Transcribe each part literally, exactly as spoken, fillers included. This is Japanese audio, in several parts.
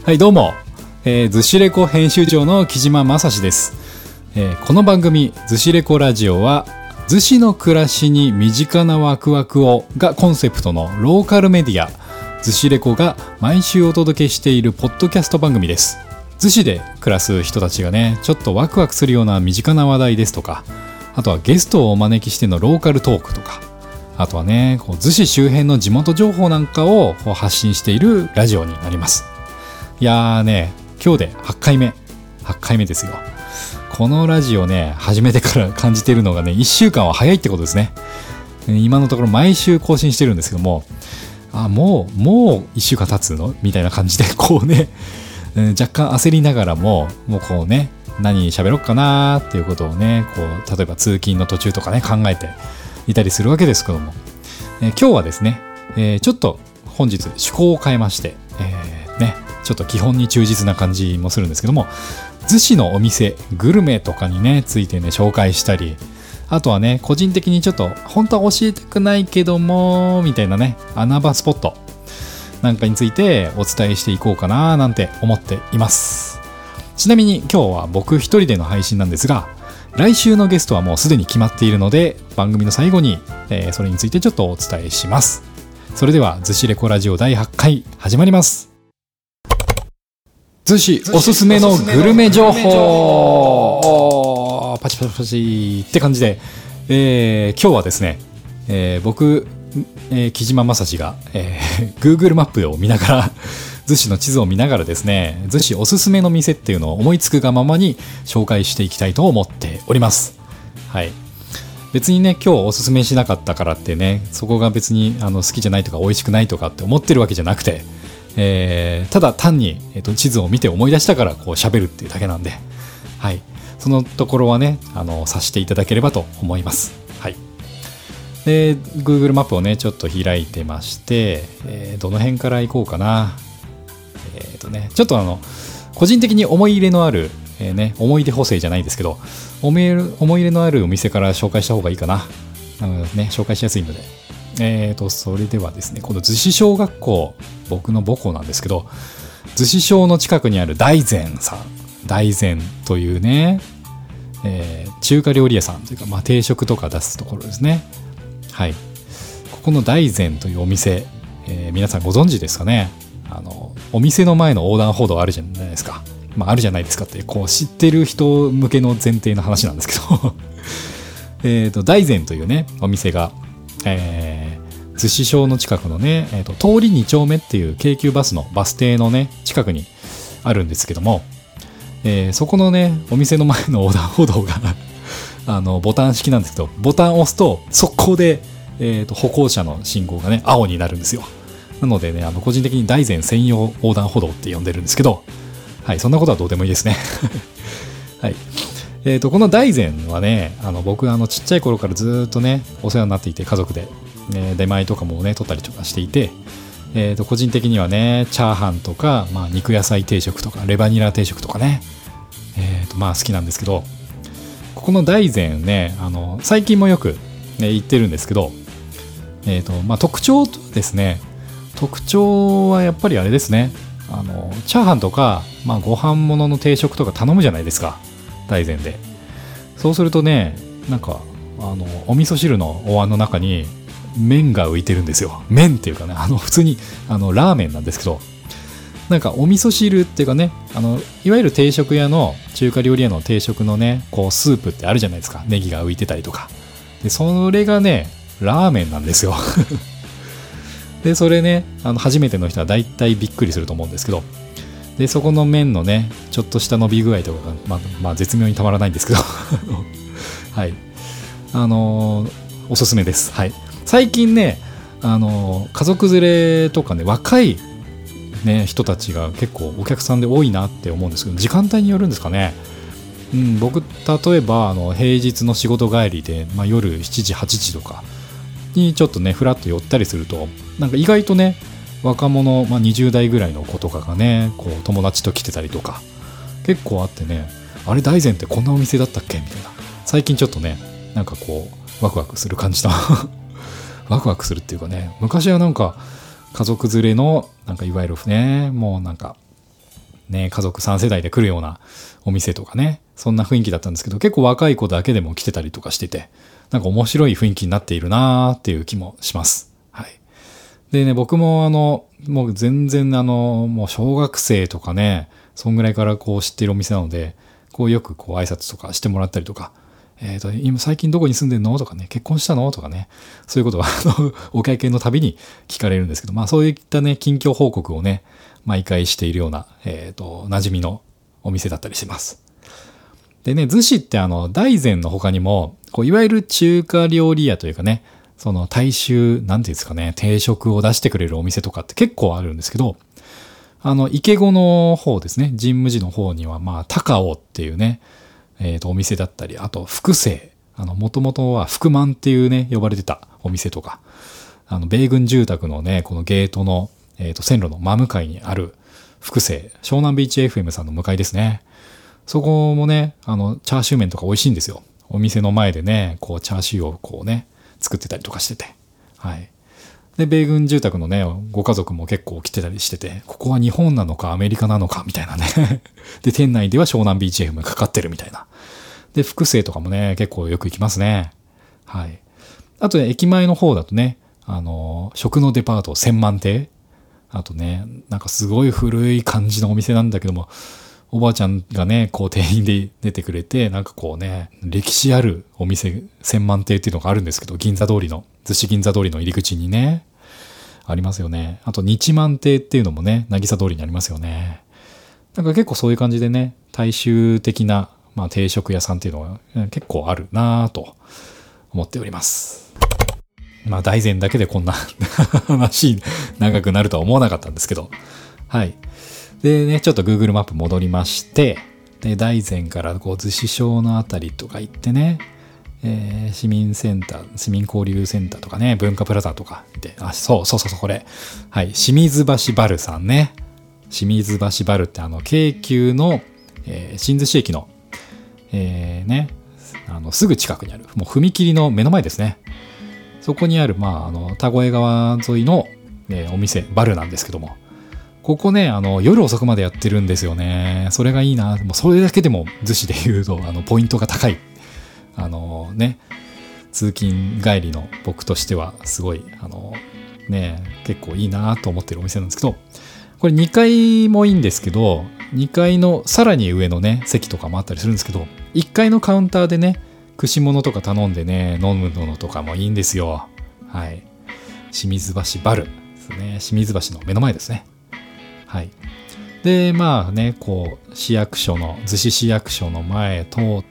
はいどうも、えー、ずしレコ編集長の木島正史です、えー、この番組ずしレコラジオは逗子の暮らしに身近なワクワクをがコンセプトのローカルメディア逗子レコが毎週お届けしているポッドキャスト番組です。逗子で暮らす人たちがねちょっとワクワクするような身近な話題ですとか、あとはゲストをお招きしてのローカルトークとか、あとはねこう逗子周辺の地元情報なんかをこう発信しているラジオになります。いやーね今日ではちかいめはちかいめですよ。このラジオね始めてから感じているのがねいっしゅうかんは早いってことですね。今のところ毎週更新してるんですけども、あもうもういっしゅうかん経つのみたいな感じでこうね若干焦りながらももうこうね何喋ろっかなーっていうことをねこう例えば通勤の途中とかね考えていたりするわけですけども、えー、今日はですね、えー、ちょっと本日趣向を変えまして、えー、ねちょっと基本に忠実な感じもするんですけども、逗子のお店グルメとかにねついてね紹介したり、あとはね個人的にちょっと本当は教えたくないけどもみたいなね穴場スポットなんかについてお伝えしていこうかななんて思っています。ちなみに今日は僕一人での配信なんですが、来週のゲストはもうすでに決まっているので番組の最後に、えー、それについてちょっとお伝えします。それでは逗子レコラジオだいはちかい始まります。逗子おすすめのグルメ情報パチパチパチって感じで、えー、今日はですね、えー、僕、えー、木島正史が、えー、Google マップを見ながら逗子の地図を見ながらですね逗子おすすめの店っていうのを思いつくがままに紹介していきたいと思っております。はい、別にね今日おすすめしなかったからってねそこが別にあの好きじゃないとか美味しくないとかって思ってるわけじゃなくて、えー、ただ単に、えーと、地図を見て思い出したからこう喋るっていうだけなんで、はい、そのところはねあの察していただければと思います。はい、で Google マップをねちょっと開いてまして、えー、どの辺から行こうかな。えーとね、ちょっとあの個人的に思い入れのある、えーね、思い出補正じゃないですけど思い入れのあるお店から紹介した方がいいかな。なのでね紹介しやすいので、えーとそれではですねこの逗子小学校僕の母校なんですけど、逗子小の近くにある大膳さん大膳というね、えー、中華料理屋さんというか、まあ、定食とか出すところですね。はい、ここの大膳というお店、えー、皆さんご存知ですかね。あのお店の前の横断歩道あるじゃないですか、まあ、あるじゃないですかってこう知ってる人向けの前提の話なんですけどえと大膳というねお店が、えー、逗子小の近くのね、えーと、通りに丁目っていう京急バスのバス停のね近くにあるんですけども、えー、そこのねお店の前の横断歩道があのボタン式なんですけど、ボタンを押すと速攻で、えーと、歩行者の信号がね青になるんですよ。なのでねあの個人的に大膳専用横断歩道って呼んでるんですけど、はいそんなことはどうでもいいですねはい、えーとこの大膳はねあの僕あのちっちゃい頃からずっとねお世話になっていて家族で、ね、出前とかもね取ったりとかしていて、えーと個人的にはねチャーハンとか、まあ、肉野菜定食とかレバニラ定食とかね、えーとまあ好きなんですけど、ここの大膳ねあの最近もよく、ね、行ってるんですけど、えーとまあ、特徴とですね特徴はやっぱりあれですね、あのチャーハンとか、まあ、ご飯物の定食とか頼むじゃないですか大膳で。そうするとねなんかあのお味噌汁のお椀の中に麺が浮いてるんですよ。麺っていうかねあの普通にあのラーメンなんですけど、なんかお味噌汁っていうかねあのいわゆる定食屋の中華料理屋の定食のねこうスープってあるじゃないですか、ネギが浮いてたりとかで、それがねラーメンなんですよでそれねあの初めての人は大体びっくりすると思うんですけど、でそこの麺のねちょっとした伸び具合とかが、まあ、まあ絶妙にたまらないんですけどはいあのー、おすすめです。はい、最近ねあのー、家族連れとかね若いね人たちが結構お客さんで多いなって思うんですけど、時間帯によるんですかね。うん、僕例えばあの平日の仕事帰りで、まあ、夜しちじはちじとかにちょっとねフラッと寄ったりするとなんか意外とね若者、まあ、にじゅうだいぐらいの子とかがねこう友達と来てたりとか結構あってね、あれ大膳ってこんなお店だったっけみたいな、最近ちょっとねなんかこうワクワクする感じだワクワクするっていうかね、昔はなんか家族連れのなんかいわゆるねもうなんかね、家族さん世代で来るようなお店とかね、そんな雰囲気だったんですけど、結構若い子だけでも来てたりとかしてて、なんか面白い雰囲気になっているなーっていう気もします。はい。でね、僕もあの、もう全然あの、もう小学生とかね、そんぐらいからこう知っているお店なので、こうよくこう挨拶とかしてもらったりとか、えっと、今最近どこに住んでんのとかね、結婚したのとかね、そういうことがあのお会計のたびに聞かれるんですけど、まあそういったね、近況報告をね、毎回しているような、えっと、馴染みのお店だったりします。でね、逗子ってあの、大膳の他にも、こういわゆる中華料理屋というかね、その大衆、なんていうんですかね、定食を出してくれるお店とかって結構あるんですけど、あの、池子の方ですね、神武寺の方には、まあ、高尾っていうね、えっと、お店だったり、あと、福清、あの、もともとは福満っていうね、呼ばれてたお店とか、あの、米軍住宅のね、このゲートの、えっと、線路の真向かいにある福清、湘南ビーチ エフエム さんの向かいですね。そこもね、あの、チャーシュー麺とか美味しいんですよ。お店の前でね、こう、チャーシューをこうね、作ってたりとかしてて。はい。で、米軍住宅のね、ご家族も結構来てたりしてて、ここは日本なのかアメリカなのかみたいなね。で、店内では湘南ビーチ エフエム がかかってるみたいな。で、福清とかもね、結構よく行きますね。はい。あとね、駅前の方だとね、あの、食のデパート千万亭。あとね、なんかすごい古い感じのお店なんだけども、おばあちゃんがね、こう店員で出てくれて、なんかこうね、歴史あるお店、千万亭っていうのがあるんですけど、銀座通りの、逗子銀座通りの入り口にね、ありますよね。あと日満亭っていうのもね、渚通りにありますよね。なんか結構そういう感じでね、大衆的な、まあ、定食屋さんっていうのは結構あるなぁと思っております。まあ大膳だけでこんな話長くなるとは思わなかったんですけど、はい。でね、ちょっと Google マップ戻りまして、で、大膳からこう、逗子小のあたりとか行ってね、えー、市民センター、市民交流センターとかね、文化プラザとかで、あ、そうそうそうそう、これ。はい、清水橋バルさんね。清水橋バルってあの、京急の、えー、新逗子駅の、えー、ね、あの、すぐ近くにある、もう踏切の目の前ですね。そこにある、まあ、あの、田越川沿いの、えー、お店、バルなんですけども、ここね、あの、夜遅くまでやってるんですよね。それがいいな。もうそれだけでも逗子で言うと、あの、ポイントが高い。あのね、通勤帰りの僕としては、すごい、あの、ね、結構いいなと思ってるお店なんですけど、これにかいもいいんですけど、にかいのさらに上のね、席とかもあったりするんですけど、いっかいのカウンターでね、串物とか頼んでね、飲むのとかもいいんですよ。はい。清水橋バルですね。清水橋の目の前ですね。はい。で、まあね、こう、市役所の、逗子市役所の前通って、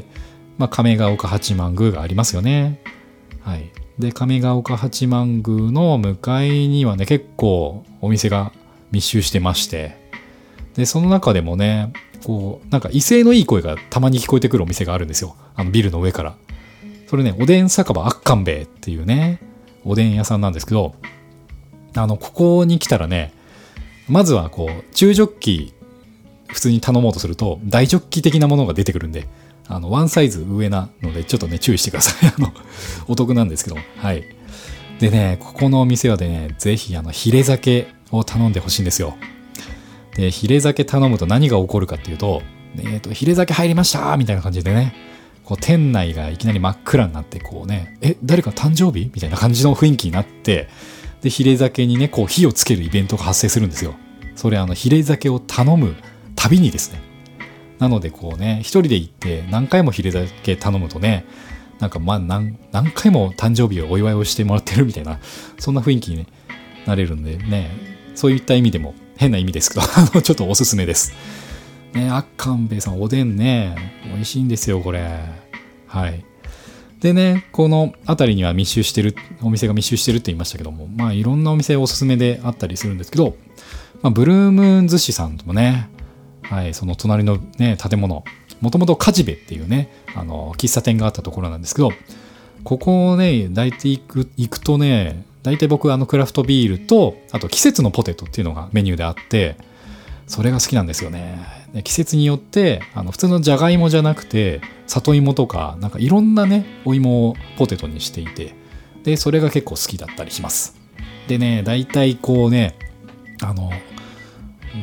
まあ、亀ヶ岡八幡宮がありますよね。はい。で、亀ヶ岡八幡宮の向かいにはね、結構お店が密集してまして、で、その中でもね、こう、なんか威勢のいい声がたまに聞こえてくるお店があるんですよ。あのビルの上から。それね、おでん酒場あっかんべえっていうね、おでん屋さんなんですけど、あの、ここに来たらね、まずはこう、中ジョッキ普通に頼もうとすると、大ジョッキ的なものが出てくるんで、あの、ワンサイズ上なので、ちょっとね、注意してください。あの、お得なんですけど、はい。でね、ここのお店はね、ぜひ、あの、ヒレ酒を頼んでほしいんですよ。で、ヒレ酒頼むと何が起こるかっていうと、えっと、ヒレ酒入りましたみたいな感じでね、こう、店内がいきなり真っ暗になって、こうね、え、誰か誕生日みたいな感じの雰囲気になって、で、ヒレ酒にね、こう、火をつけるイベントが発生するんですよ。それ、あの、ヒレ酒を頼むたびにですね。なので、こうね、一人で行って何回もヒレ酒頼むとね、なんか、まあ、何、何回も誕生日をお祝いをしてもらってるみたいな、そんな雰囲気に、ね、なれるんでね、そういった意味でも、変な意味ですけど、あの、ちょっとおすすめです。ね、あっかんべえさん、おでんね、美味しいんですよ、これ。はい。でね、この辺りには密集してる、お店が密集してるって言いましたけども、まあいろんなお店おすすめであったりするんですけど、まあ、ブルームーン寿司さんともね、はい、その隣のね、建物、もともとカジベっていうね、あの、喫茶店があったところなんですけど、ここをね、大体行く、行くとね、大体僕あのクラフトビールと、あと季節のポテトっていうのがメニューであって、それが好きなんですよね。で季節によって、あの普通のじゃがいもじゃなくて、里芋とか、なんかいろんなね、お芋をポテトにしていて、で、それが結構好きだったりします。でね、大体こうね、あの、うん、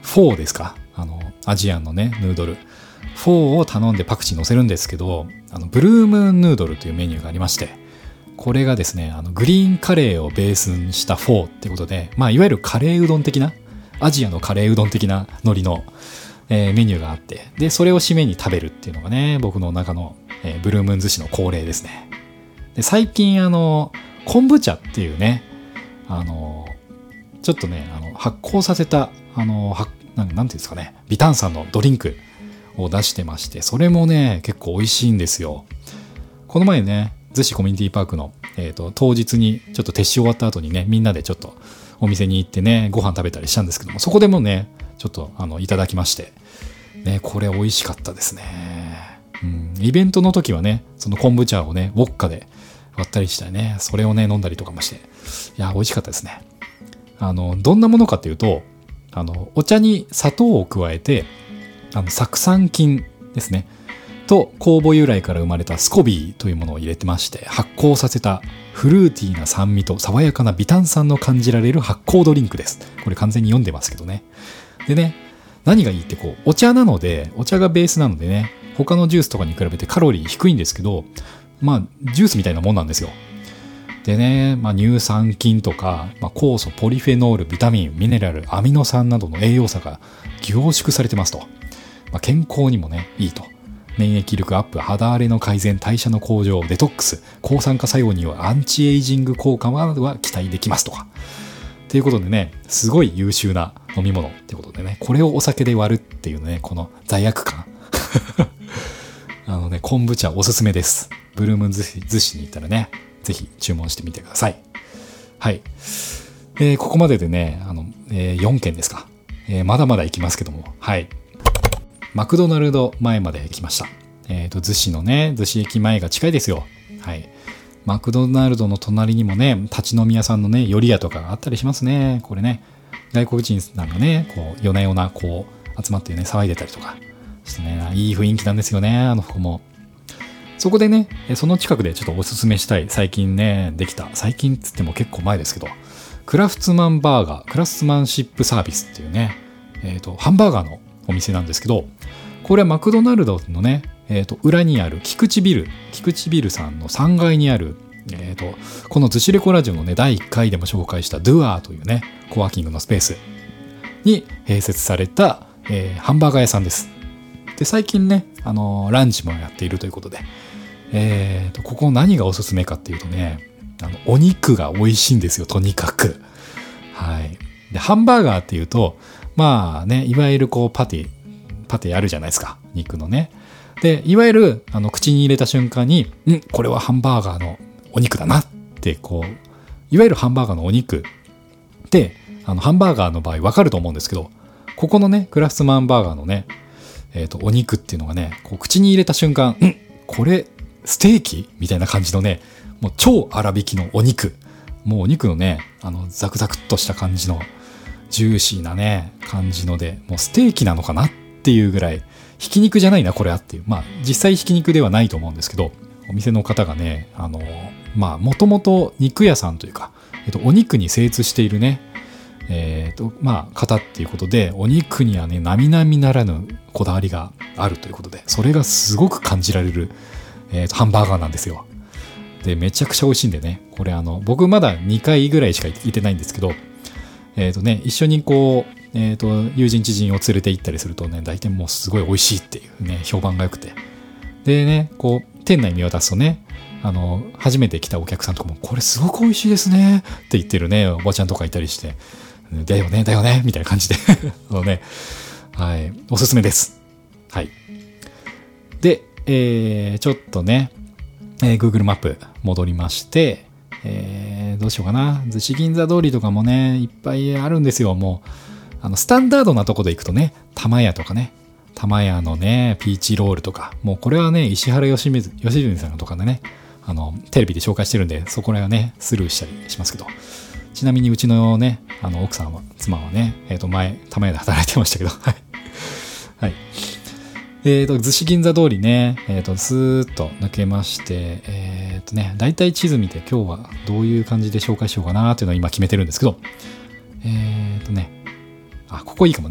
フォーですか、あのアジアンのねヌードルフォーを頼んでパクチー乗せるんですけど、あのブルームーンヌードルというメニューがありまして、これがですね、あのグリーンカレーをベースにしたフォーってことで、まあいわゆるカレーうどん的な、アジアのカレーうどん的な海苔の、えー、メニューがあって、でそれを締めに食べるっていうのがね、僕の中の、えー、ブルームーン寿司の恒例ですね。で最近あの昆布茶っていうね、あのちょっとね、あの発酵させたあのはなんなんていうんですかね、微炭酸のドリンクを出してまして、それもね結構美味しいんですよ。この前ね、逗子コミュニティパークの、えーと、当日にちょっと撤収終わった後にね、みんなでちょっとお店に行ってね、ご飯食べたりしたんですけども、そこでもねちょっとあのいただきましてね、これ美味しかったですね。うん、イベントの時はね、その昆布茶をねウォッカで割ったりしてね、それをね飲んだりとかもして、いや美味しかったですね。あのどんなものかっていうと、あのお茶に砂糖を加えて、あの酢酸菌ですねと酵母由来から生まれたスコビーというものを入れてまして、発酵させたフルーティーな酸味と爽やかな微炭酸の感じられる発酵ドリンクです。これ完全に読んでますけどね。でね、何がいいってこうお茶なので、お茶がベースなのでね、他のジュースとかに比べてカロリー低いんですけど、まあジュースみたいなもんなんですよ。でね、まあ、乳酸菌とか、まあ、酵素、ポリフェノール、ビタミン、ミネラル、アミノ酸などの栄養素が凝縮されてますと。まあ、健康にもねいいと。免疫力アップ、肌荒れの改善、代謝の向上、デトックス、抗酸化作用によるアンチエイジング効果は期待できますとか。ということでね、すごい優秀な飲み物ってことでね、これをお酒で割るっていうね、この罪悪感。あのね、昆布茶おすすめです。ブルームン寿司に行ったらね、ぜひ注文してみてください。はい。えー、ここまででね、あの、えー、よんけんですか。えー、まだまだ行きますけども、はい。マクドナルド前まで来ました。えっと、逗子のね、逗子駅前が近いですよ。はい。マクドナルドの隣にもね、立ち飲み屋さんのね、寄り屋とかがあったりしますね。これね、外国人さんがね、こう、夜な夜なこう、集まってね、騒いでたりとかしてね、いい雰囲気なんですよね、あの服も。そこでね、その近くでちょっとおすすめしたい、最近ね、できた、最近っつっても結構前ですけど、クラフツマンバーガー、クラフツマンシップサービスっていうね、えっと、ハンバーガーのお店なんですけど、これはマクドナルドのね、えっと、裏にある菊池ビル、菊池ビルさんのさんがいにある、えっと、このズシレコラジオのね、だいいっかいでも紹介したドゥアーというね、コワーキングのスペースに併設された、えー、ハンバーガー屋さんです。で、最近ね、あのー、ランチもやっているということで、えーと、ここ何がおすすめかっていうとね、あの、お肉が美味しいんですよ、とにかく。はい。で、ハンバーガーっていうと、まあね、いわゆるこう、パティ、パティあるじゃないですか、肉のね。で、いわゆる、あの、口に入れた瞬間に、ん、これはハンバーガーのお肉だなって、こう、いわゆるハンバーガーのお肉って、あの、ハンバーガーの場合わかると思うんですけど、ここのね、クラフトマンバーガーのね、えっと、お肉っていうのがね、こう、口に入れた瞬間、ん、これ、ステーキみたいな感じのね、もう超粗挽きのお肉。もうお肉のね、あの、ザクザクっとした感じの、ジューシーなね、感じので、もうステーキなのかなっていうぐらい、ひき肉じゃないな、これはっていう。まあ、実際ひき肉ではないと思うんですけど、お店の方がね、あの、まあ、もともと肉屋さんというか、えっと、お肉に精通しているね、えっと、まあ、方っていうことで、お肉にはね、並々ならぬこだわりがあるということで、それがすごく感じられる、えーと、ハンバーガーなんですよ。で、めちゃくちゃ美味しいんでね、これあの、僕まだにかいぐらいしか行ってないんですけど、えっとね、一緒にこう、えっと、友人知人を連れて行ったりするとね、大体もうすごい美味しいっていうね、評判が良くて。でね、こう、店内見渡すとね、あの、初めて来たお客さんとかも、これすごく美味しいですねって言ってるね、おばちゃんとかいたりして、だよね、だよね、みたいな感じで、あのね、はい、おすすめです。はい。で、えー、ちょっとね、えー、Google マップ戻りまして、えー、どうしようかな。逗子銀座通りとかもね、いっぱいあるんですよ。もう、あの、スタンダードなとこで行くとね、玉屋とかね、玉屋のね、ピーチロールとか、もうこれはね、石原良純さんとかでね、あの、テレビで紹介してるんで、そこらはね、スルーしたりしますけど、ちなみにうちのね、あの、奥さんは、妻はね、えっと、前、玉屋で働いてましたけど、はい。はい。えっと、逗子銀座通りね、えっと、スーッと抜けまして、えっとね、だいたい地図見て今日はどういう感じで紹介しようかなっていうのを今決めてるんですけど、えっとね、あ、ここいいかもね。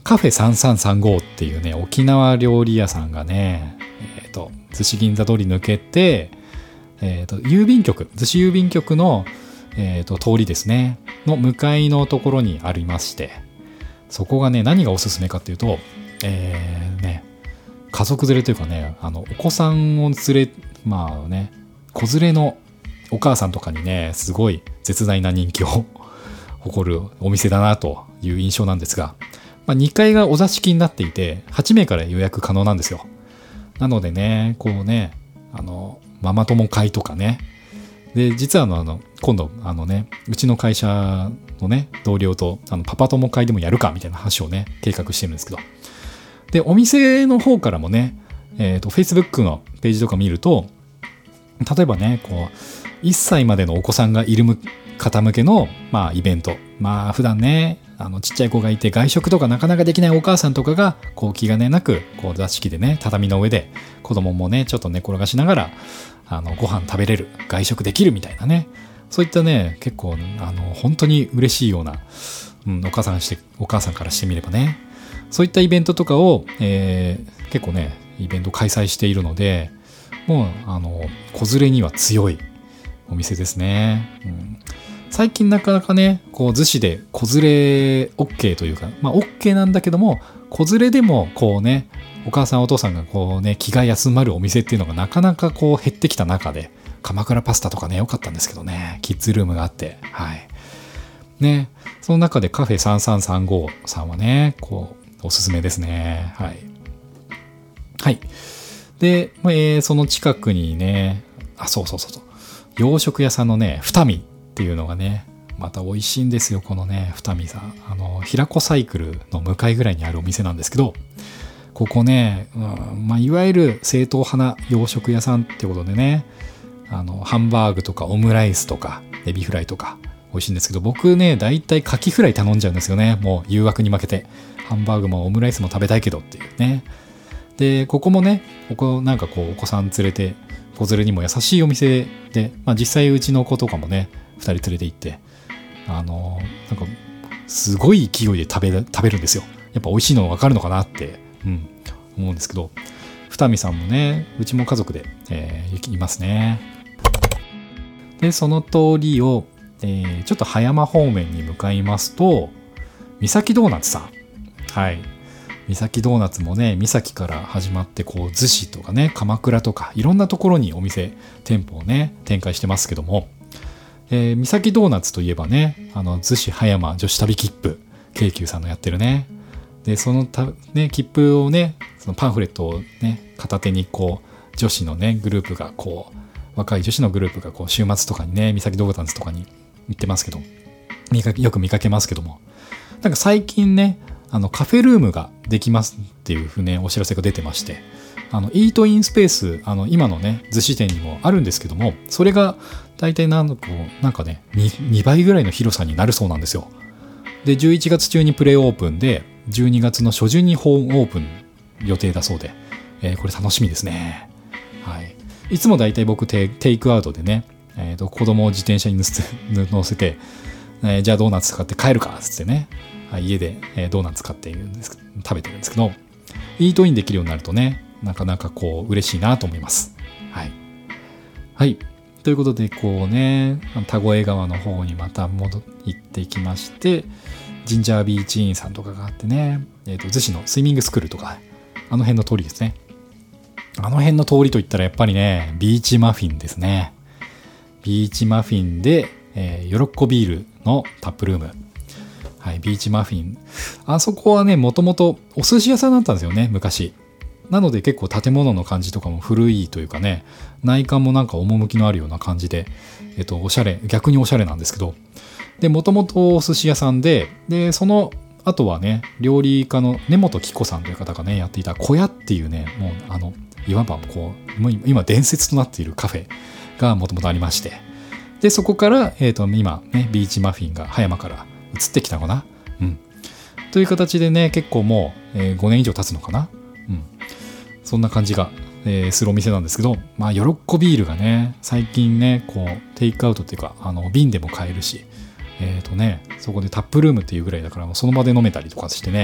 カフェさんさんさんごっていうね、沖縄料理屋さんがね、えっと、逗子銀座通り抜けて、えっと、郵便局、逗子郵便局の、えっと、通りですね、の向かいのところにありまして、そこがね、何がおすすめかっていうと、えー、ね、家族連れというかね、あの、お子さんを連れ、まあね、子連れのお母さんとかにね、すごい絶大な人気を誇るお店だなという印象なんですが、まあ、にかいがお座敷になっていて、はちめいから予約可能なんですよ。なのでね、こうね、あの、ママ友会とかね、で、実はあの、あの今度、あのね、うちの会社のね、同僚と、あの、パパ友会でもやるかみたいな話をね、計画してるんですけど、で、お店の方からもね、えっと、Facebook のページとか見ると、例えばね、こう、いっさいまでのお子さんがいる方向けの、まあ、イベント。まあ、普段ね、あの、ちっちゃい子がいて外食とかなかなかできないお母さんとかが、こう、気兼ねなく、こう、座敷でね、畳の上で、子供もね、ちょっと寝転がしながら、あの、ご飯食べれる、外食できるみたいなね。そういったね、結構、あの、本当に嬉しいような、うん、お母さんして、お母さんからしてみればね、そういったイベントとかを、えー、結構ね、イベント開催しているので、もう、あの、子連れには強いお店ですね。うん、最近なかなかね、こう、逗子で子連れ OK というか、まあ OK なんだけども、子連れでもこうね、お母さんお父さんがこうね、気が休まるお店っていうのがなかなかこう減ってきた中で、鎌倉パスタとかね、良かったんですけどね、キッズルームがあって、はい。ね、その中でカフェさんさんさんごさんはね、こう、おすすめですね。はい。はい。で、えー、その近くにね、あ、そうそうそうそう、洋食屋さんのね、二見っていうのがね、また美味しいんですよ、このね、二見さん。あの、平子サイクルの向かいぐらいにあるお店なんですけど、ここね、うん、まあ、いわゆる正統派な洋食屋さんってことでね、あの、ハンバーグとかオムライスとか、エビフライとか、美味しいんですけど、僕ね、だいたいカキフライ頼んじゃうんですよね。もう誘惑に負けて。ハンバーグもオムライスも食べたいけどっていうね。で、ここもね、ここなんかこう、お子さん連れて、子連れにも優しいお店で、まあ実際うちの子とかもね、二人連れて行って、あの、なんか、すごい勢いで食べ、食べるんですよ。やっぱ美味しいの分かるのかなって、うん、思うんですけど、二見さんもね、うちも家族で、えー、いますね。で、その通りを、えー、ちょっと葉山方面に向かいますと、三崎ドーナツさん。はい。三崎ドーナツもね、三崎から始まって、こう、逗子とかね、鎌倉とか、いろんなところにお店、店舗をね、展開してますけども、えー、三崎ドーナツといえばね、あの、逗子葉山女子旅切符、京急さんのやってるね。で、そのた、ね、切符をね、そのパンフレットをね、片手にこう、女子のね、グループがこう、若い女子のグループがこう、週末とかにね、三崎ドーナツとかに行ってますけど、見かけ、よく見かけますけども、なんか最近ね、あの、カフェルームができますっていうふうね、お知らせが出てまして、あの、イートインスペース、あの、今のね、逗子店にもあるんですけども、それが大体なんかこう、なんかね、2, にばいぐらいの広さになるそうなんですよ。で、じゅういちがつ中にプレオープンで、じゅうにがつの初旬にホームオープン予定だそうで、えー、これ楽しみですね。はい。いつも大体僕テ、テイクアウトでね、えーと、子供を自転車に乗せて、乗せてえー、じゃあドーナツ買って帰るかっつってね、家で、えー、ドーナツ買っているんです食べてるんですけど、イートインできるようになるとね、なかなかこう嬉しいなと思います。はい。はい。ということで、こうね、田越川の方にまた戻っていきまして、ジンジャービーチインさんとかがあってね、えっと、逗子のスイミングスクールとか、あの辺の通りですね。あの辺の通りといったらやっぱりね、ビーチマフィンですね。ビーチマフィンで、えー、ヨロッコビールのタップルーム。はい、ビーチマフィン。あそこはね、もともとお寿司屋さんだったんですよね、昔。なので結構建物の感じとかも古いというかね、内観もなんか趣のあるような感じで、えっと、おしゃれ、逆におしゃれなんですけど、で、もともとお寿司屋さんで、で、その後はね、料理家の根本紀子さんという方がね、やっていた小屋っていうね、もうあの、いわばこう、もう今伝説となっているカフェがもともとありまして、で、そこから、えっと、今ね、ビーチマフィンが葉山から移ってきたのかな。うん。という形でね、結構もう、えー、ごねん以上経つのかな。うん。そんな感じが、えー、するお店なんですけど、まあ、ヨロッコビールがね、最近ね、こう、テイクアウトっていうか、あの、瓶でも買えるし、えっとね、そこでタップルームっていうぐらいだから、その場で飲めたりとかしてね、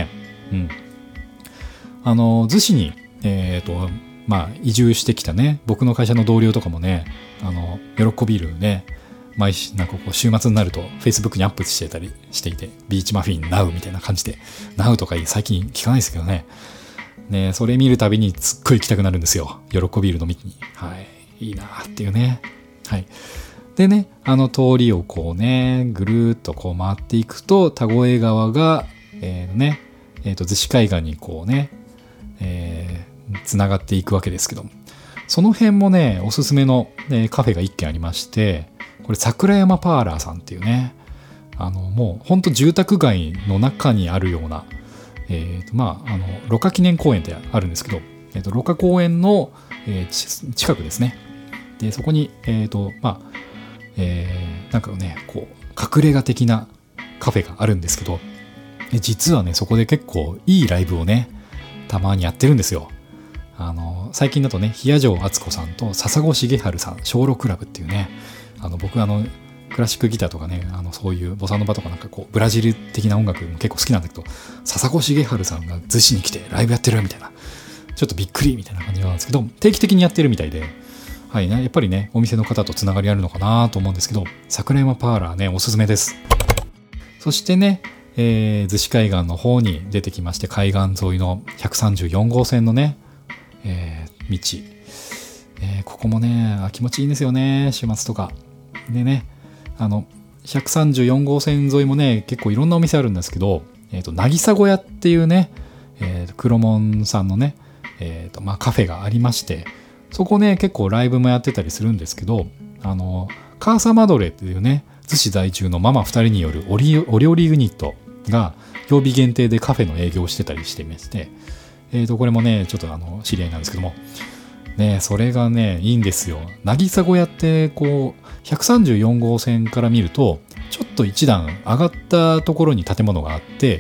うん。あの、逗子に、えっと、まあ、移住してきたね、僕の会社の同僚とかもね、あの、喜びビールね、毎週、なんかこう、週末になると、Facebook にアップしてたりしていて、ビーチマフィン、ナウみたいな感じで、ナウとか最近聞かないですけどね。ね、それ見るたびにすっごい行きたくなるんですよ。喜びビール飲みに。はい。いいなーっていうね。はい。でね、あの通りをこうね、ぐるーっとこう回っていくと、田越川が、えー、ね、えっと、逗子海岸にこうね、えー、つながっていくわけですけども、その辺もね、おすすめの、えー、カフェが一軒ありまして、これ桜山パーラーさんっていうね、あの、もうほんと住宅街の中にあるような、えーと、まあ、あの、芦花記念公園ってあるんですけど、えーと、芦花公園の、えー、近くですね。で、そこに、えーと、まあ、えー、なんかね、こう、隠れ家的なカフェがあるんですけど、実はね、そこで結構いいライブをね、たまにやってるんですよ。あの、最近だとね、冷や城敦子さんと笹子重治さん、小六クラブっていうね、あの、僕あの、クラシックギターとかね、あの、そういうボサノバとかなんかこう、ブラジル的な音楽も結構好きなんだけど、笹子重治さんが逗子に来てライブやってるみたいな、ちょっとびっくりみたいな感じなんですけど、定期的にやってるみたいで、はい、やっぱりね、お店の方とつながりあるのかなと思うんですけど、桜山パーラーね、おすすめです。そしてね、えー、逗子海岸の方に出てきまして、海岸沿いのひゃくさんじゅうよん号線のね、えー、道、えー、ここもね、気持ちいいんですよね、週末とか。でね、あの、ひゃくさんじゅうよん号線沿いもね、結構いろんなお店あるんですけど、えっと、渚小屋っていうね、えー、黒門さんのね、えっと、まあ、カフェがありまして、そこね、結構ライブもやってたりするんですけど、あの、カーサマドレっていうね、逗子在住のママふたりによるおりお料理ユニットが、曜日限定でカフェの営業をしてたりしていまして、えっと、これもね、ちょっとあの、知り合いなんですけども、ね、それがね、いいんですよ。渚小屋って、こう、ひゃくさんじゅうよん号線から見ると、ちょっと一段上がったところに建物があって、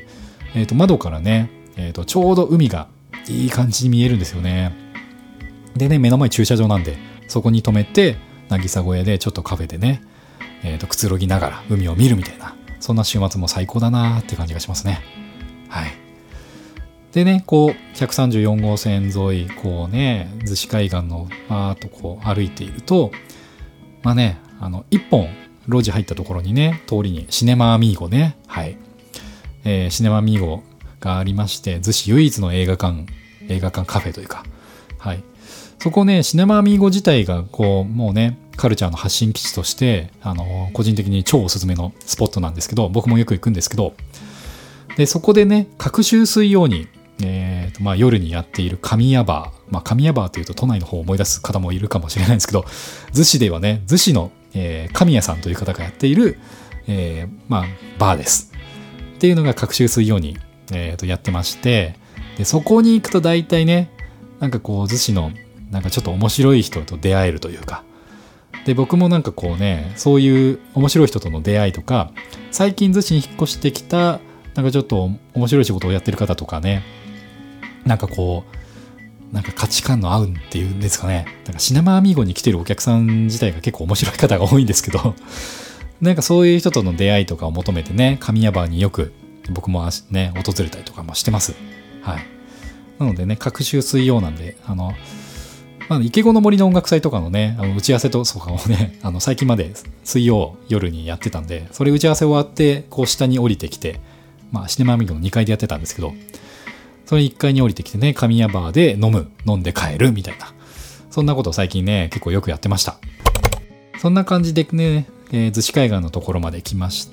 えっと、窓からね、えっと、ちょうど海がいい感じに見えるんですよね。でね、目の前駐車場なんで、そこに止めて、渚小屋でちょっとカフェでね、えっと、くつろぎながら海を見るみたいな、そんな週末も最高だなーって感じがしますね。はい。でね、こう、ひゃくさんじゅうよん号線沿い、こうね、逗子海岸のバーっとこう歩いていると、まあね、あの、一本路地入ったところにね、通りにシネマアミーゴね、はい。えー、シネマアミーゴがありまして、逗子唯一の映画館、映画館カフェというか、はい。そこね、シネマアミーゴ自体が、こう、もうね、カルチャーの発信基地として、あの、個人的に超おすすめのスポットなんですけど、僕もよく行くんですけど、で、そこでね、各週水曜に、えーとまあ、夜にやっている神谷バー、まあ、神谷バーというと都内の方を思い出す方もいるかもしれないんですけど、逗子ではね、逗子の、えー、神谷さんという方がやっている、えー、まあ、バーです。っていうのが各週水曜に、えー、とやってまして、で、そこに行くと大体ね、なんかこう、逗子の、なんかちょっと面白い人と出会えるというか、で、僕もなんかこうね、そういう面白い人との出会いとか、最近逗子に引っ越してきた、なんかちょっと面白い仕事をやってる方とかね、なんかこう、なんか価値観の合うっていうんですかね。なんかシネマアミーゴに来てるお客さん自体が結構面白い方が多いんですけど、なんかそういう人との出会いとかを求めてね、神谷バーによく僕もね、訪れたりとかもしてます。はい。なのでね、各週水曜なんで、あの、まあ、池子の森の音楽祭とかのね、あの打ち合わせとかをね、あの最近まで水曜夜にやってたんで、それ打ち合わせ終わって、こう下に降りてきて、まあ、シネマアミーゴのにかいでやってたんですけど、それいっかいに降りてきてね、神谷バーで飲む、飲んで帰るみたいな。そんなことを最近ね、結構よくやってました。そんな感じでね、えー、逗子海岸のところまで来まして、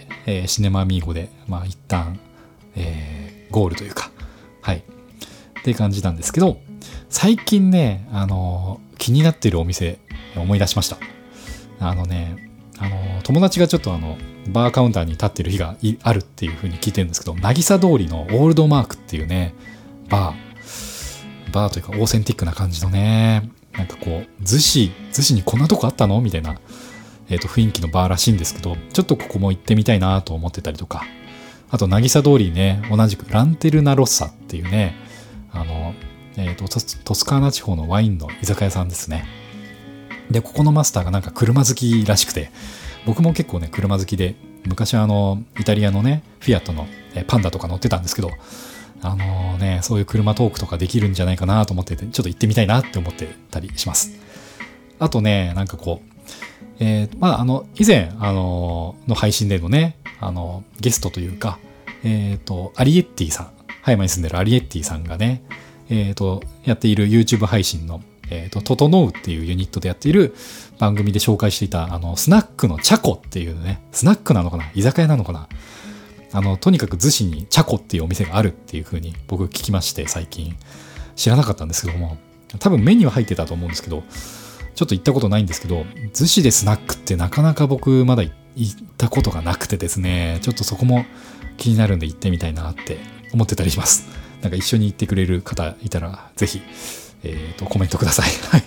えー、シネマアミーゴで、まあ一旦、えー、ゴールというか、はい。っていう感じなんですけど、最近ね、あのー、気になってるお店、思い出しました。あのね、あのー、友達がちょっとあの、バーカウンターに立ってる日があるっていう風に聞いてるんですけど、渚通りのオールドマークっていうね、バー、バーというかオーセンティックな感じのね、なんかこう、逗子、逗子にこんなとこあったのみたいな、えっと、雰囲気のバーらしいんですけど、ちょっとここも行ってみたいなと思ってたりとか、あと、渚通りね、同じくランテルナロッサっていうね、あの、えっと、トス、トスカーナ地方のワインの居酒屋さんですね。で、ここのマスターがなんか車好きらしくて、僕も結構ね、車好きで、昔はあの、イタリアのね、フィアットのパンダとか乗ってたんですけど、 あのね、そういう車トークとかできるんじゃないかなと思ってて、ちょっと行ってみたいなって思ってたりします。あとね、なんかこう、えー、まあ、あの、以前、あの、の配信でのね、あの、ゲストというか、えっと、アリエッティさん、葉山に住んでるアリエッティさんがね、えっと、やっている YouTube 配信の、えっと、ととのうっていうユニットでやっている番組で紹介していた、あの、スナックのチャコっていうね、スナックなのかな居酒屋なのかなあの、とにかく逗子にチャコっていうお店があるっていう風に僕聞きまして、最近知らなかったんですけども、多分目には入ってたと思うんですけど、ちょっと行ったことないんですけど、逗子でスナックってなかなか僕まだ行ったことがなくてですね、ちょっとそこも気になるんで行ってみたいなって思ってたりします。なんか一緒に行ってくれる方いたら、ぜひ、えっと、コメントください。はい。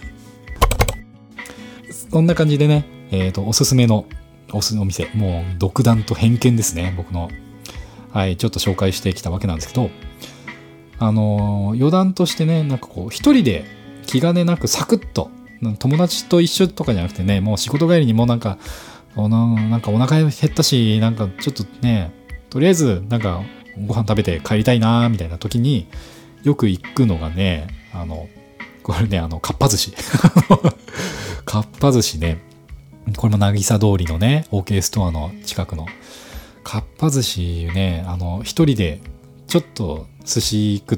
そんな感じでね、えっと、おすすめのおすすめのお店、もう独断と偏見ですね、僕の。はい、ちょっと紹介してきたわけなんですけど、あのー、余談としてね、なんかこう、一人で気兼ねなくサクッと、友達と一緒とかじゃなくてね、もう仕事帰りにもうなんか、おななんかお腹減ったし、なんかちょっとね、とりあえずなんかご飯食べて帰りたいなみたいな時によく行くのがね、あの、これね、あの、かっぱ寿司。かっぱ寿司ね、これも渚通りのね、OK ストアの近くのかっぱ寿司ね、あの、一人でちょっと寿司食って、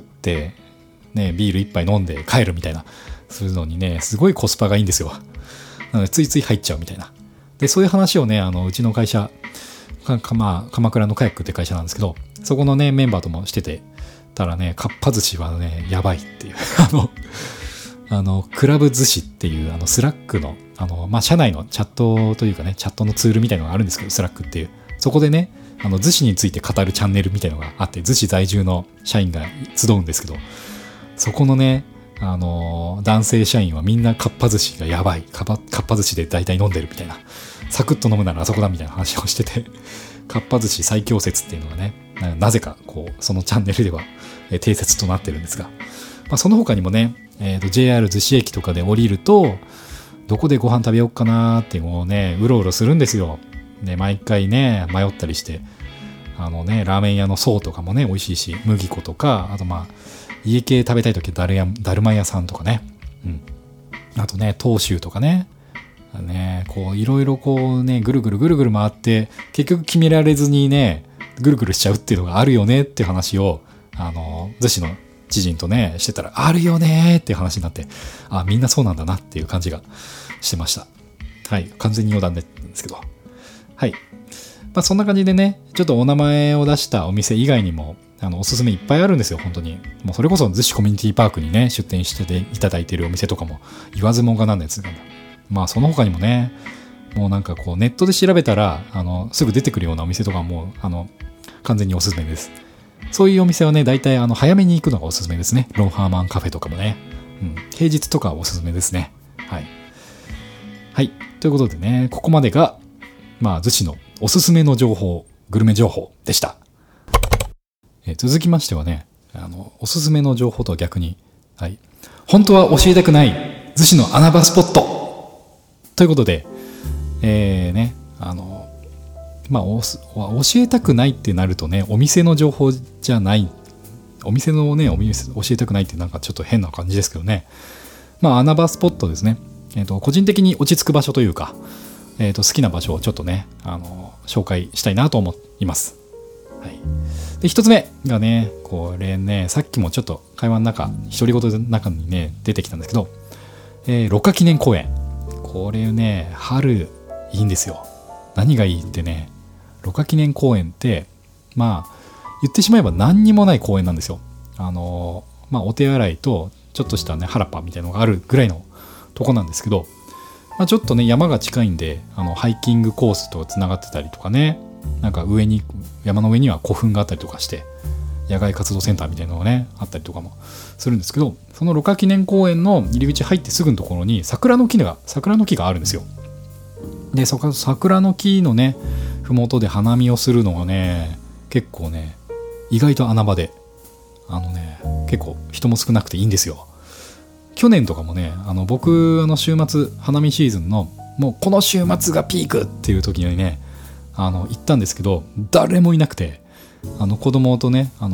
ね、ビール一杯飲んで帰るみたいな、するのにね、すごいコスパがいいんですよ。なので、ついつい入っちゃうみたいな。で、そういう話をね、あの、うちの会社、か、かまあ、鎌倉のカヤックって会社なんですけど、そこのね、メンバーともしてて、たらね、かっぱ寿司はね、やばいっていう。あの、あの、クラブ寿司っていう、あの、スラックの、あの、まあ、社内のチャットというかね、チャットのツールみたいなのがあるんですけど、スラックっていう。そこでね、あの、寿司について語るチャンネルみたいなのがあって、寿司在住の社員が集うんですけど、そこのね、あの、男性社員はみんなかっぱ寿司がやばい。かっぱ、かっぱ寿司で大体飲んでるみたいな。サクッと飲むならあそこだみたいな話をしてて、かっぱ寿司最強説っていうのがね、なぜか、こう、そのチャンネルでは、えー、定説となってるんですが、まあ、その他にもね、えーと、ジェイアール 逗子駅とかで降りると、どこでご飯食べようかなーってもうね、うろうろするんですよ。で、毎回ね、迷ったりして、あのね、ラーメン屋の層とかもね、美味しいし、麦粉とか、あとまあ、家系食べたいときだるや、だるま屋さんとかね、うん。あとね、東州とかね、ね、こう、いろいろこうね、ぐるぐるぐるぐる回って、結局決められずにね、ぐるぐるしちゃうっていうのがあるよねって話を、あの、逗子の知人とね、してたら、あるよねっていう話になって、あ、みんなそうなんだなっていう感じがしてました。はい、完全に余談なんですけど。はい。まあそんな感じでね、ちょっとお名前を出したお店以外にも、あの、おすすめいっぱいあるんですよ、本当に。もうそれこそ逗子コミュニティパークにね、出店していただいているお店とかも、言わずもがなんのやつなんだ。まあその他にもね、もうなんかこうネットで調べたら、あの、すぐ出てくるようなお店とかも、あの、完全におすすめです。そういうお店はね、大体あの、早めに行くのがおすすめですね。ロンハーマンカフェとかもね。うん。平日とかはおすすめですね。はい。はい。ということでね、ここまでが、まあ、逗子のおすすめの情報、グルメ情報でした。えー、続きましてはね、あの、おすすめの情報とは逆に、はい。本当は教えたくない、逗子の穴場スポットということで、えー、ね、あの、まあ、お教えたくないってなるとね、お店の情報じゃない、お店のね、お店教えたくないってなんかちょっと変な感じですけどね。まあ、穴場スポットですね。えっと、個人的に落ち着く場所というか、えっと、好きな場所をちょっとね、あの、紹介したいなと思います。はい。で、一つ目がね、これね、さっきもちょっと会話の中、独り言の中にね、出てきたんですけど、えー、六花記念公園。これね、春いいんですよ。何がいいってね、六花記念公園って、まあ、言ってしまえば何にもない公園なんですよ。あの、まあ、お手洗いと、ちょっとしたね、原っぱみたいなのがあるぐらいのとこなんですけど、まあ、ちょっとね、山が近いんで、あの、ハイキングコースとつながってたりとかね、なんか上に、山の上には古墳があったりとかして、野外活動センターみたいなのがね、あったりとかもするんですけど、その六花記念公園の入り口入ってすぐのところに桜の木が、桜の木があるんですよ。で、そこ、桜の木のね、ふもとで花見をするのがね、結構ね、意外と穴場で、あのね、結構人も少なくていいんですよ。去年とかもね、あの僕、あの週末、花見シーズンの、もうこの週末がピークっていう時にね、あの、行ったんですけど、誰もいなくて、あの子供とね、あの、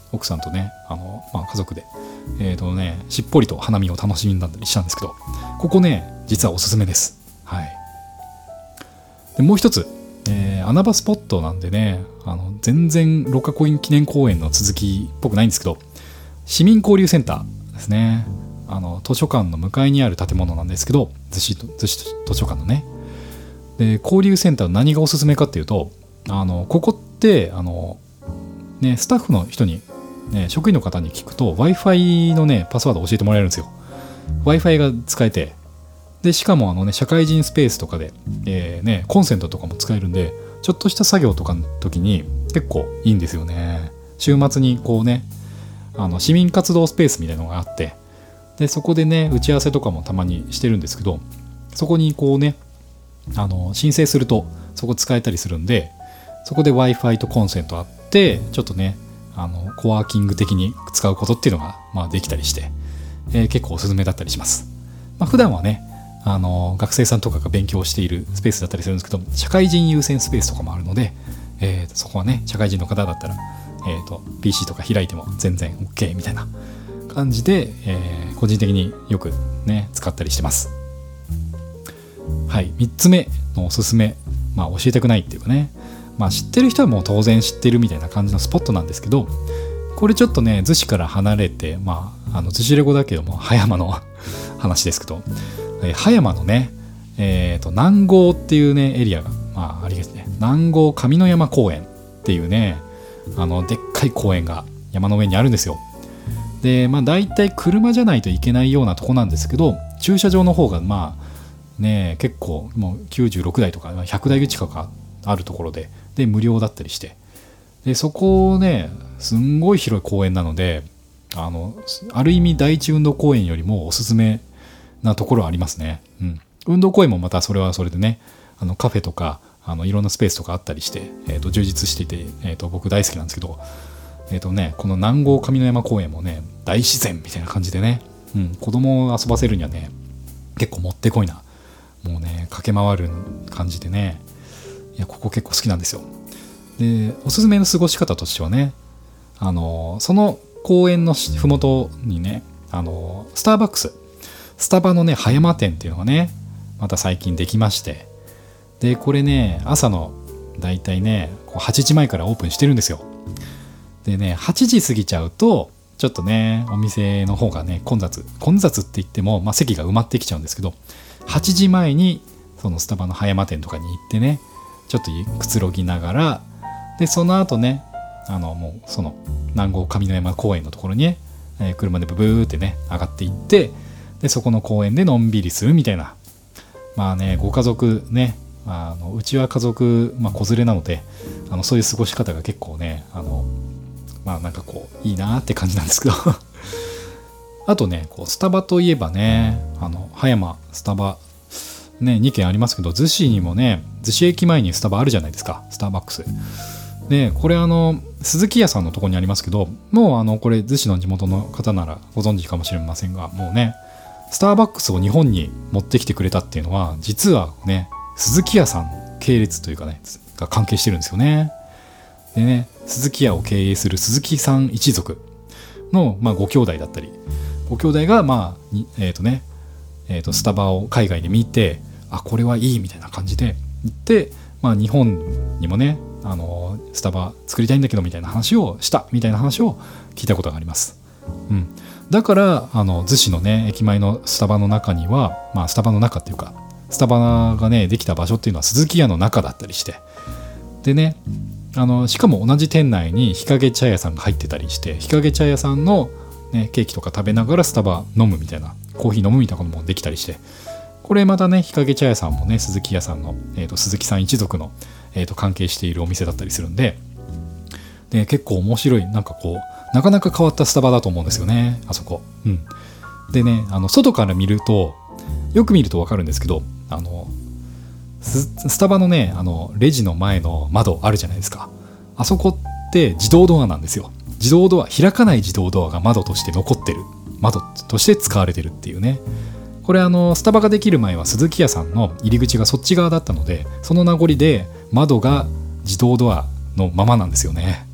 奥さんとねあの、まあ、家族でえーとねしっぽりと花見を楽しんだりしたんですけど、ここね実はおすすめです。はい。でもう一つ、えー、穴場スポットなんでね、あの全然六花コイン記念公園の続きっぽくないんですけど、市民交流センターですね。あの図書館の向かいにある建物なんですけど、逗子逗子図書館のね。で交流センター何がおすすめかっていうと、あのここってあの、ね、スタッフの人に、ね、職員の方に聞くと Wi-Fi のねパスワードを教えてもらえるんですよ。 Wi-Fi が使えて、でしかもあの、ね、社会人スペースとかで、えーね、コンセントとかも使えるんで、ちょっとした作業とかの時に結構いいんですよね。週末にこうねあの市民活動スペースみたいなのがあって、でそこでね打ち合わせとかもたまにしてるんですけど、そこにこうねあの申請するとそこ使えたりするんで、そこで Wi-Fi とコンセントあってちょっとねあのコワーキング的に使うことっていうのが、まあ、できたりして、えー、結構おすすめだったりします。まあ、普段はねあの学生さんとかが勉強しているスペースだったりするんですけど、社会人優先スペースとかもあるので、えー、そこはね社会人の方だったら、えーと、ピーシー とか開いても全然 OK みたいな感じで、えー、個人的によくね使ったりしてます。はい、みっつめのおすすめ、まあ教えたくないっていうかね、まあ知ってる人はもう当然知ってるみたいな感じのスポットなんですけど、これちょっとね逗子から離れて、まああの逗子レゴだけども葉山の話ですけど、えー、葉山のねえーと南郷っていうねエリアが、まあ、ありますね。南郷上の山公園っていうねあのでっかい公園が山の上にあるんですよ。でまあ大体車じゃないといけないようなとこなんですけど、駐車場の方がまあね結構もうきゅうじゅうろくだいとかひゃくだい近くあるところで、で無料だったりして、でそこねすんごい広い公園なので、あのある意味第一運動公園よりもおすすめなところありますね。うん、運動公園もまたそれはそれでねあのカフェとかあのいろんなスペースとかあったりして、えー、と充実していて、えー、と僕大好きなんですけど、えーとね、この南郷上の山公園もね大自然みたいな感じでね、うん、子供を遊ばせるにはね結構もってこいな、もうね駆け回る感じでね、いやここ結構好きなんですよ。でおすすめの過ごし方としてはね、あのその公園のふもとにねあのスターバックススタバのね葉山店っていうのがねまた最近できまして、でこれね朝のだいたいねはちじまえからオープンしてるんですよ。でねはちじ過ぎちゃうとちょっとねお店の方がね混雑混雑って言っても、まあ、席が埋まってきちゃうんですけど、はちじまえにそのスタバの葉山店とかに行ってねちょっとくつろぎながら、でその後ねあのもうその南郷上の山公園のところにね、えー、車でブブーってね上がっていって、でそこの公園でのんびりするみたいな、まあねご家族ねあのうちは家族、まあ、子連れなのであのそういう過ごし方が結構ねあのまあなんかこういいなって感じなんですけどあとねこうスタバといえばねあの葉山スタバねにけんありますけど、逗子にもね逗子駅前にスタバあるじゃないですか、スターバックスで、これあの鈴木屋さんのところにありますけど、もうあのこれ逗子の地元の方ならご存知かもしれませんが、もうねスターバックスを日本に持ってきてくれたっていうのは実はね鈴木屋さん系列というかねが関係してるんですよね。でね鈴木屋を経営する鈴木さん一族の、まあ、ご兄弟だったり、ご兄弟がまあえっ、ー、とねえー、とスタバを海外で見て、あこれはいいみたいな感じで行って、まあ、日本にもねあのスタバ作りたいんだけどみたいな話をしたみたいな話を聞いたことがあります。うん、だからあの逗子のね駅前のスタバの中には、まあ、スタバの中っていうかスタバがねできた場所っていうのは鈴木屋の中だったりして、でねあのしかも同じ店内に日陰茶屋さんが入ってたりして、日陰茶屋さんの、ね、ケーキとか食べながらスタバ飲むみたいな、コーヒー飲むみたいなこともできたりして、これまたね日陰茶屋さんもね鈴木屋さんの、えー、と鈴木さん一族の、えー、と関係しているお店だったりするんで、で結構面白い、なんかこうなかなか変わったスタバだと思うんですよねあそこ。うん、でねあの外から見るとよく見ると分かるんですけど、あの ス, スタバのねあのレジの前の窓あるじゃないですか。あそこって自動ドアなんですよ。自動ドア、開かない自動ドアが窓として残ってる、窓として使われてるっていうね。これあのスタバができる前は鈴木屋さんの入り口がそっち側だったので、その名残で窓が自動ドアのままなんですよね。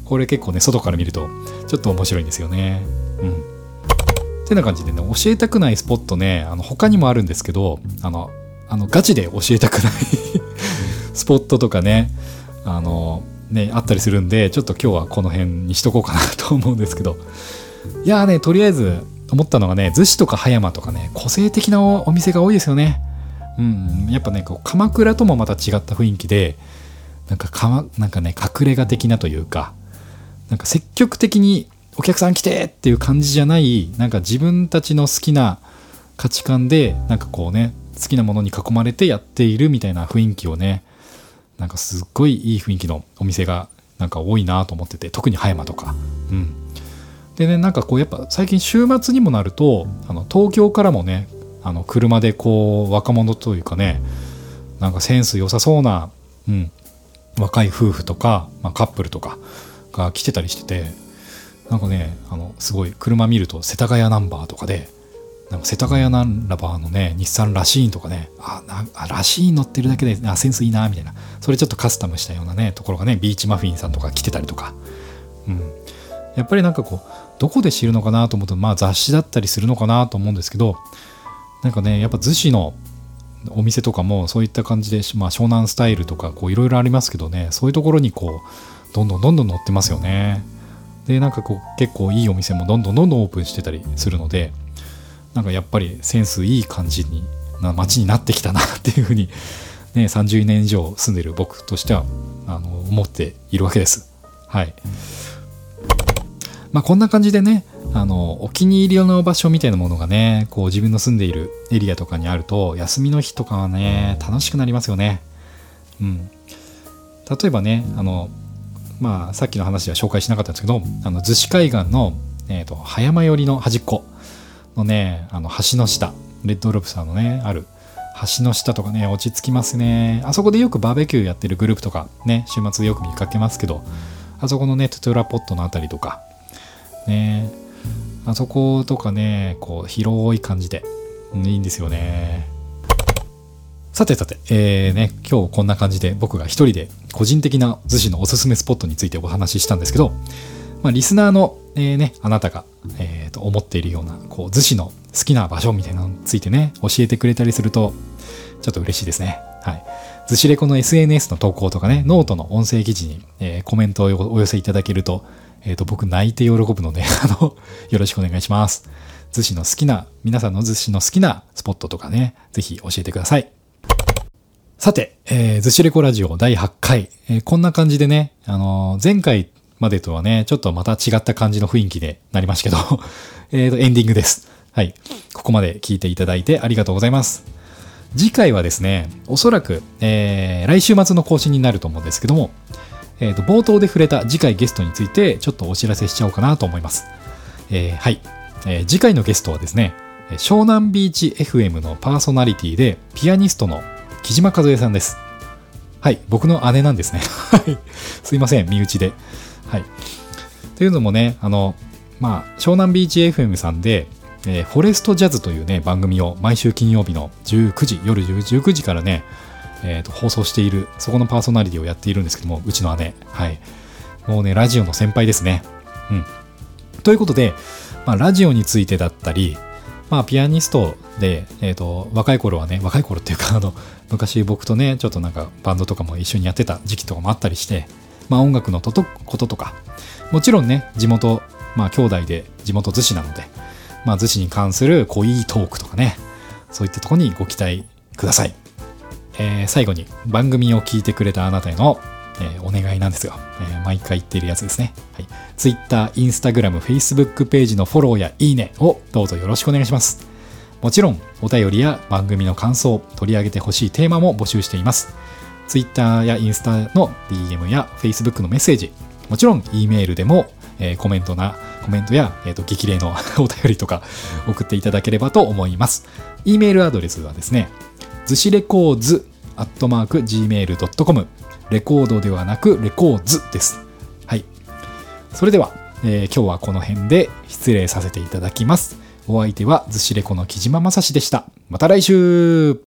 これ結構ね外から見るとちょっと面白いんですよね。うんってな感じでね、教えたくないスポットね、あの他にもあるんですけど、あのあのガチで教えたくないスポットとかね、あのねあったりするんで、ちょっと今日はこの辺にしとこうかなと思うんですけど、いやーね、とりあえず思ったのがね、逗子とか葉山とかね、個性的な お, お店が多いですよね。うん、やっぱねこう鎌倉ともまた違った雰囲気で、なんかか、ま、なんかね隠れ家的なというか、なんか積極的にお客さん来てっていう感じじゃない、なんか自分たちの好きな価値観でなんかこうね好きなものに囲まれてやっているみたいな雰囲気をね、なんかすっごいいい雰囲気のお店がなんか多いなと思ってて、特に葉山とか。うんでね、なんかこうやっぱ最近週末にもなると、あの東京からもね、あの車でこう若者というかね、なんかセンス良さそうな、うん、若い夫婦とか、まあ、カップルとかが来てたりしてて、なんかね、あのすごい車見ると世田谷ナンバーとかで、なんか世田谷ナンバーのね日産ラシーンとかね、あなあラシーン乗ってるだけであセンスいいなみたいな、それちょっとカスタムしたようなねところがね、ビーチマフィンさんとか来てたりとか、うん、やっぱりなんかこうどこで知るのかなと思うと、まあ雑誌だったりするのかなと思うんですけど、なんかねやっぱ逗子のお店とかもそういった感じで、まあ、湘南スタイルとかこういろいろありますけどね、そういうところにこうどんどんどんどん載ってますよね。でなんかこう結構いいお店もどんどんどんどんオープンしてたりするので、なんかやっぱりセンスいい感じにな街になってきたなっていうふうに、ね、さんじゅうねん以上住んでる僕としてはあの思っているわけです。はい。まあこんな感じでね、あのお気に入りの場所みたいなものがね、こう自分の住んでいるエリアとかにあると、休みの日とかはね楽しくなりますよね。うん。例えばね、あのまあさっきの話では紹介しなかったんですけど、あの逗子海岸の、えーと、葉山寄りの端っこのね、あの橋の下、レッドロブスターのねある橋の下とかね、落ち着きますね。あそこでよくバーベキューやってるグループとかね、週末よく見かけますけど、あそこのねトゥトゥラポットのあたりとかね、あそことかね、こう広い感じで、うん、いいんですよね。さてさて、えーね、今日こんな感じで僕が一人で個人的な逗子のおすすめスポットについてお話ししたんですけど、まあ、リスナーの、えーね、あなたが、えー、と思っているようなこう逗子の好きな場所みたいなのについてね教えてくれたりするとちょっと嬉しいですね。はい。逗子レコの エスエヌエス の投稿とかね、ノートの音声記事に、えー、コメントをお寄せいただけると、えー、と僕泣いて喜ぶのであのよろしくお願いします。逗子の好きな皆さんの逗子の好きなスポットとかね、ぜひ教えてください。さて、えー、逗子レコラジオだいはちかい、えー、こんな感じでね、あのー、前回までとはね、ちょっとまた違った感じの雰囲気でなりましたけど、えーと、エンディングです。はい。ここまで聞いていただいてありがとうございます。次回はですね、おそらく、えー、来週末の更新になると思うんですけども、えーと、冒頭で触れた次回ゲストについてちょっとお知らせしちゃおうかなと思います。えー、はい、えー。次回のゲストはですね、湘南ビーチ エフエム のパーソナリティでピアニストの木島和恵さんです。はい、僕の姉なんですね。すいません、身内で。はい。というのもね、あの、まあ、湘南ビーチ エフエム さんで、えー、フォレストジャズというね、番組を毎週金曜日のじゅうくじ、夜じゅうくじからね、えーと、放送している、そこのパーソナリティをやっているんですけども、うちの姉。はい。もうね、ラジオの先輩ですね。うん。ということで、まあ、ラジオについてだったり、まあ、ピアニストで、えーと、若い頃はね、若い頃っていうか、あの、昔僕とね、ちょっとなんかバンドとかも一緒にやってた時期とかもあったりして、まあ音楽のととこととか、もちろんね、地元、まあ兄弟で地元逗子なので、まあ逗子に関する濃いトークとかね、そういったところにご期待ください。えー、最後に番組を聞いてくれたあなたへの、えー、お願いなんですが、えー、毎回言っているやつですね。はい。Twitter、Instagram、Facebook ページのフォローやいいねをどうぞよろしくお願いします。もちろんお便りや番組の感想、取り上げてほしいテーマも募集しています。Twitter やインスタの ディーエム や Facebook のメッセージ、もちろん E メールでも、えー、コメントなコメントや、えーと、激励のお便りとか送っていただければと思います。E メールアドレスはですね、ずしレコーズアットマーク ジーメールドットコム、レコードではなくレコーズです。はい。それでは、えー、今日はこの辺で失礼させていただきます。お相手はずしレコの木島正史でした。また来週。